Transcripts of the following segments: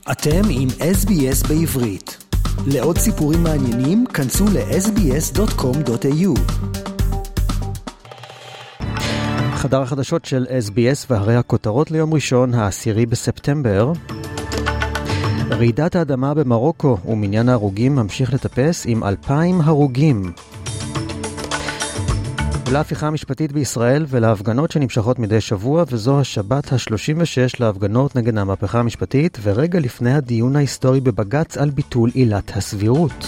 אתם עם SBS בעברית. לעוד סיפורים מעניינים, כנסו ל-sbs.com.au. חדר החדשות של SBS והרי הכותרות ליום ראשון, ה-10 בספטמבר. רעידת האדמה במרוקו ומניין ההרוגים ממשיך לטפס עם 2,000 הרוגים. להפיכה המשפטית בישראל ולהפגנות שנמשכות מדי שבוע, וזו השבת ה-36 להפגנות נגד המהפכה המשפטית, ורגע לפני הדיון ההיסטורי בבג"ץ על ביטול עילת הסבירות.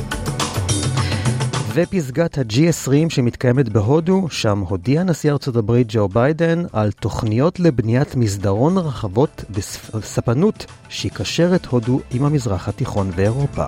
ופסגת ה-G20 שמתקיימת בהודו, שם הודיע נשיא ארצות הברית ג'ו ביידן על תוכניות לבניית מסדרון רחבות בספנות שיקשר את הודו עם המזרח התיכון ואירופה.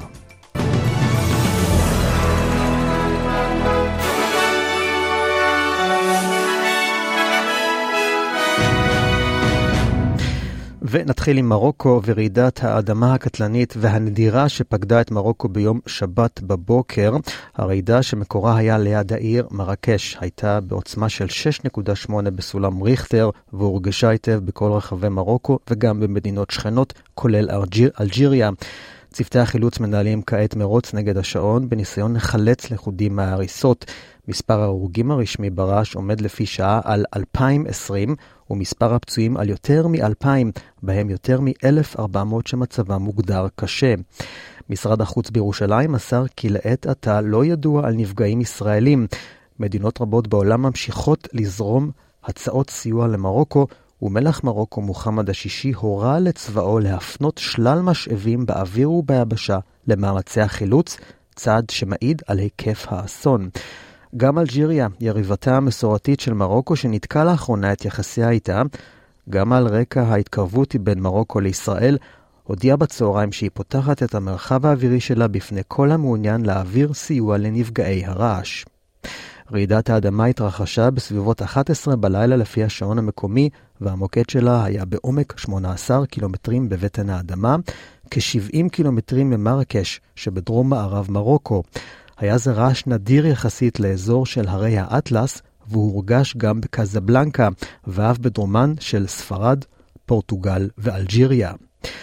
ונתחיל עם מרוקו ורעידת האדמה הקטלנית והנדירה שפקדה את מרוקו ביום שבת בבוקר. הרעידה שמקורה היה ליד העיר מרקש הייתה בעוצמה של 6.8 בסולם ריכטר, והורגשה היטב בכל רחבי מרוקו וגם במדינות שכנות, כולל אלג'יריה. צוותי החילוץ מנהלים כעת מרוץ נגד השעון בניסיון לחלץ לכודים מההריסות. מספר ההרוגים הרשמי ברעש עומד לפי שעה על 2,020, ומספר הפצועים על יותר מ-2,000, בהם יותר מ-1,400 שמצבם מוגדר קשה. משרד החוץ בירושלים מסר כי לעת עתה לא ידוע על נפגעים ישראלים. מדינות רבות בעולם ממשיכות לזרום הצעות סיוע למרוקו, ומלך מרוקו מוחמד השישי הורה לצבאו להפנות שלל משאבים באוויר וביבשה למאמצי החילוץ, צעד שמעיד על היקף האסון. גם אלג'יריה, יריבתה המסורתית של מרוקו שנתקה לאחרונה את יחסיה איתה, גם על רקע ההתקרבות בין מרוקו לישראל, הודיעה בצהריים שהיא פותחת את המרחב האווירי שלה בפני כל המעוניין להעביר סיוע לנפגעי הרעש. רעידת האדמה התרחשה בסביבות 11 בלילה לפי השעון המקומי, והמוקד שלה היה בעומק 18 קילומטרים בבטן האדמה, כ-70 קילומטרים ממרקש שבדרום מערב מרוקו. היה זה רעש נדיר יחסית לאזור של הרי האטלס, והוא הורגש גם בקזבלנקה, ואף בדרומן של ספרד, פורטוגל ואלג'יריה.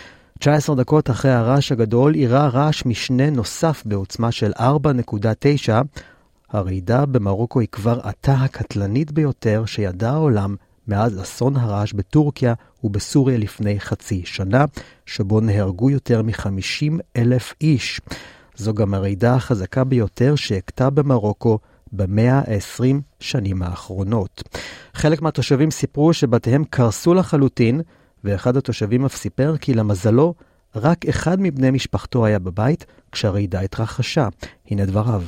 19 דקות אחרי הרעש הגדול אירע רעש משנה נוסף בעוצמה של 4.9. הרעידה במרוקו היא כבר עתה הקטלנית ביותר שידע העולם מאז אסון הרעש בטורקיה ובסוריה לפני חצי שנה, שבו נהרגו יותר מ-50,000 איש. זו גם הרעידה החזקה ביותר שהכתה במרוקו ב-120 שנים האחרונות. חלק מהתושבים סיפרו שבתיהם קרסו לחלוטין, ואחד התושבים אף סיפר כי למזלו רק אחד מבני משפחתו היה בבית כשהרעידה התרחשה. הנה דבריו.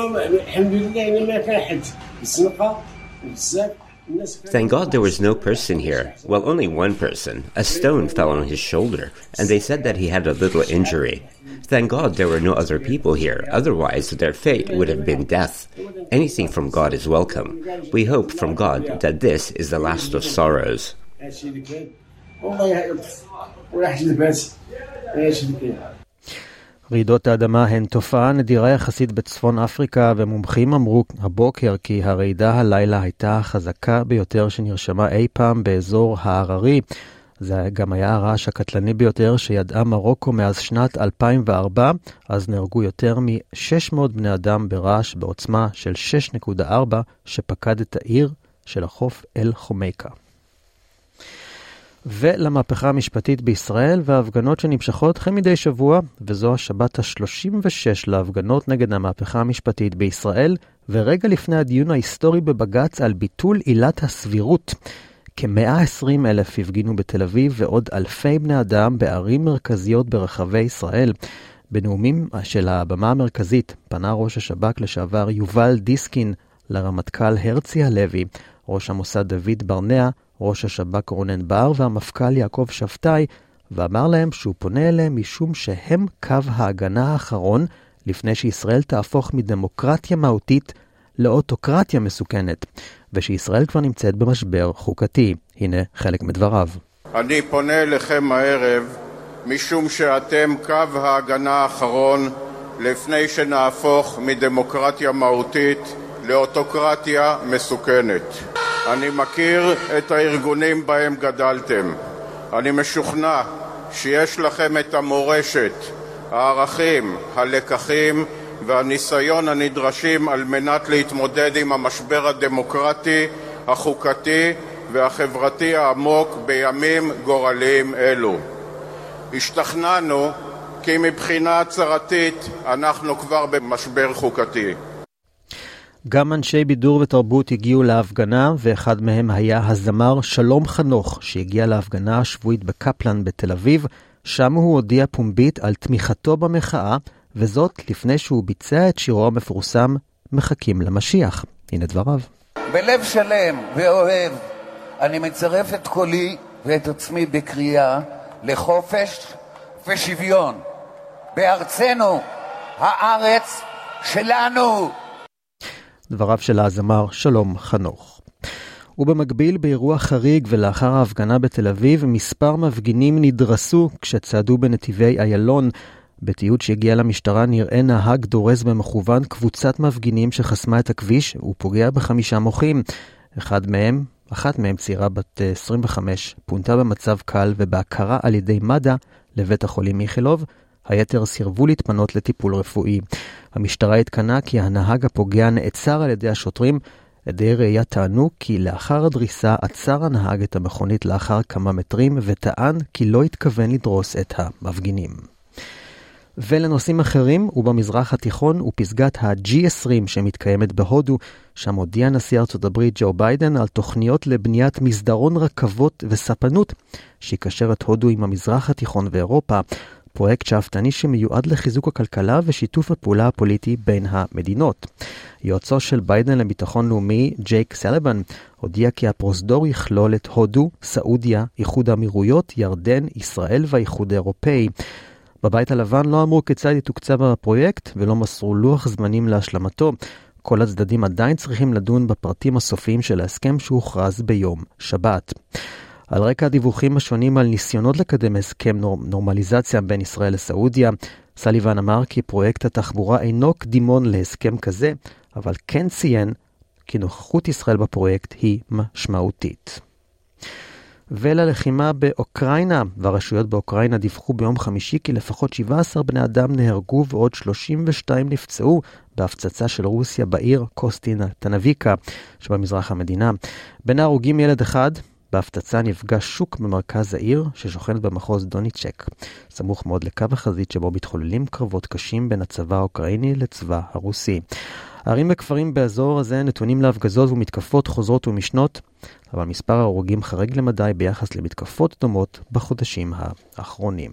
Thank God there was no person here. Well, only one person. A stone fell on his shoulder, and they said that he had a little injury. Thank God there were no other people here, otherwise their fate would have been death. Anything from God is welcome. We hope from God that this is the last of sorrows. רעידות האדמה הן תופעה נדירה יחסית בצפון אפריקה, ומומחים אמרו הבוקר כי הרעידה הלילה הייתה החזקה ביותר שנרשמה אי פעם באזור ההררי. זה גם היה הרעש הקטלני ביותר שידעה מרוקו מאז שנת 2004, אז נהרגו יותר מ-600 בני אדם ברעש בעוצמה של 6.4 שפקד את העיר של החוף אל חומייקה. ולמהפכה המשפטית בישראל וההפגנות שנמשכות מדי שבוע, וזו השבת ה-36 להפגנות נגד המהפכה המשפטית בישראל, ורגע לפני הדיון ההיסטורי בבג"ץ על ביטול עילת הסבירות. כ-120,000 הפגינו בתל אביב ועוד אלפי בני אדם בערים מרכזיות ברחבי ישראל. בנאומים של הבמה המרכזית פנה ראש השב"כ לשעבר יובל דיסקין לרמטכ"ל הרצי הלוי, ראש המוסד דוד ברנע, ראש השב"כ רונן בר והמפכ"ל יעקב שבתאי, ואמר להם שהוא פונה אליהם משום שהם קו ההגנה האחרון לפני שישראל תהפוך מדמוקרטיה מהותית לאוטוקרטיה מסוכנת, ושישראל כבר נמצאת במשבר חוקתי. הנה חלק מדבריו. אני פונה אליכם הערב משום שאתם קו ההגנה האחרון לפני שנהפוך מדמוקרטיה מהותית לאוטוקרטיה מסוכנת. אני מכיר את הארגונים בהם גדלתם. אני משוכנע שיש לכם את המורשת, הערכים, הלקחים והניסיון הנדרשים על מנת להתמודד עם המשבר הדמוקרטי, החוקתי והחברתי העמוק בימים גורליים אלו. השתכנענו כי מבחינה הצהרתית אנחנו כבר במשבר חוקתי. גם אנשי בידור ותרבות הגיעו להפגנה, ואחד מהם היה הזמר שלום חנוך, שהגיע להפגנה השבועית בקפלן בתל אביב. שם הוא הודיע פומבית על תמיכתו במחאה, וזאת לפני שהוא ביצע את שירו המפורסם מחכים למשיח. הנה דבריו. בלב שלם ואוהב אני מצרף את קולי ואת עצמי בקריאה לחופש ושוויון בארצנו, הארץ שלנו. דבריו של הזמר שלום חנוך. ובמקביל באירוע חריג ולאחר ההפגנה בתל אביב, מספר מפגינים נדרסו כשצעדו בנתיבי איילון. בתיעוד שהגיע למשטרה נראה נהג דורס במכוון קבוצת מפגינים שחסמה את הכביש ופוגע ב5 מוחים. אחת מהם צעירה בת 25, פונתה במצב קל ובהכרה על ידי מד"א לבית החולים איכילוב. היתר סירבו להתפנות לטיפול רפואי. המשטרה התקנה כי הנהג הפוגע נעצר על ידי השוטרים. עדי ראייה טענו כי לאחר הדריסה עצר הנהג את המכונית לאחר כמה מטרים וטען כי לא התכוון לדרוס את המפגינים. ולנושאים אחרים, ובמזרח התיכון ופסגת ה-G20 שמתקיימת בהודו, שם הודיע נשיא ארצות הברית ג'ו ביידן על תוכניות לבניית מסדרון רכבות וספנות שיקשר את הודו עם המזרח התיכון ואירופה, פרויקט שאפתני שמיועד לחיזוק הכלכלה ושיתוף הפעולה הפוליטי בין המדינות. יועצו של ביידן לביטחון לאומי, ג'ייק סליבן, הודיע כי הפרוזדור יכלול את הודו, סעודיה, איחוד האמירויות, ירדן, ישראל והאיחוד האירופאי. בבית הלבן לא אמרו כיצד יתוקצב הפרויקט ולא מסרו לוח זמנים להשלמתו. כל הצדדים עדיין צריכים לדון בפרטים הסופיים של ההסכם שהוכרז ביום שבת. על רקע הדיווחים השונים על ניסיונות לקדם הסכם נורמליזציה בין ישראל לסעודיה, סליבן אמר כי פרויקט התחבורה אינו קדימון להסכם כזה, אבל כן ציין כי נוכחות ישראל בפרויקט היא משמעותית. וללחימה באוקראינה, והרשויות באוקראינה דיווחו ביום חמישי כי לפחות 17 בני אדם נהרגו ועוד 32 נפצעו בהפצצה של רוסיה בעיר קוסטינטינבקה שבמזרח המדינה. בין ההרוגים ילד אחד. בהפצצה נפגע שוק במרכז העיר ששוכנת במחוז דוניצ'ק, סמוך מאוד לקו החזית שבו מתחוללים קרבות קשים בין הצבא האוקראיני לצבא הרוסי. הערים וכפרים באזור הזה נתונים להפגזות ומתקפות חוזרות ומשנות, אבל מספר ההרוגים חריג למדי ביחס למתקפות דומות בחודשים האחרונים.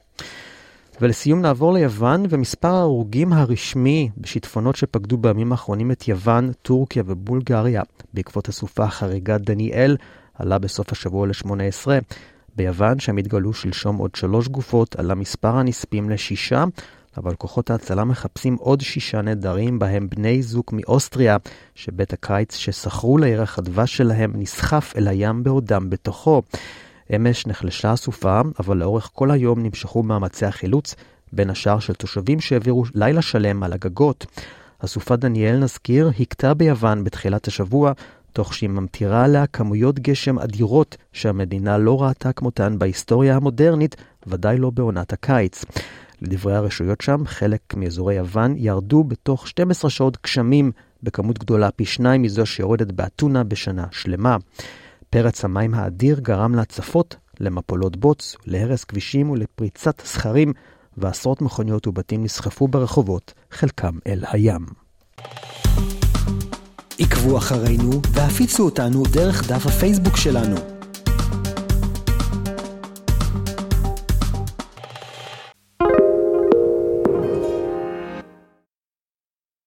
ולסיום נעבור ליוון, ומספר ההרוגים הרשמי בשיטפונות שפקדו בימים האחרונים את יוון, טורקיה ובולגריה בעקבות הסופה החריגת דניאל עלה בסוף השבוע ל-18. ביוון, שם התגלו שלשום עוד 3 גופות, עלה מספר הנספים ל6, אבל כוחות ההצלה מחפשים עוד 6 נדרים, בהם בני זוג מאוסטריה, שבית הקיץ שסחרו לירח הדבש שלהם נסחף אל הים בעודם בתוכו. אמש נחלשה הסופה, אבל לאורך כל היום נמשכו מאמצי החילוץ, בין השאר של תושבים שהעבירו לילה שלם על הגגות. הסופה דניאל, נזכיר, הכתה ביוון בתחילת השבוע, תוך שהיא ממטירה עליה כמויות גשם אדירות שהמדינה לא ראתה כמותן בהיסטוריה המודרנית, ודאי לא בעונת הקיץ. לדברי הרשויות שם, חלק מאזורי יוון ירדו בתוך 12 שעות גשמים בכמות גדולה פי 2 מזו שיורדת באתונה בשנה שלמה. פרץ המים האדיר גרם להצפות, למפולות בוץ, להרס כבישים ולפריצת סחרים, ועשרות מכוניות ובתים נסחפו ברחובות, חלקם אל הים. עקבו אחרינו והפיצו אותנו דרך דף הפייסבוק שלנו.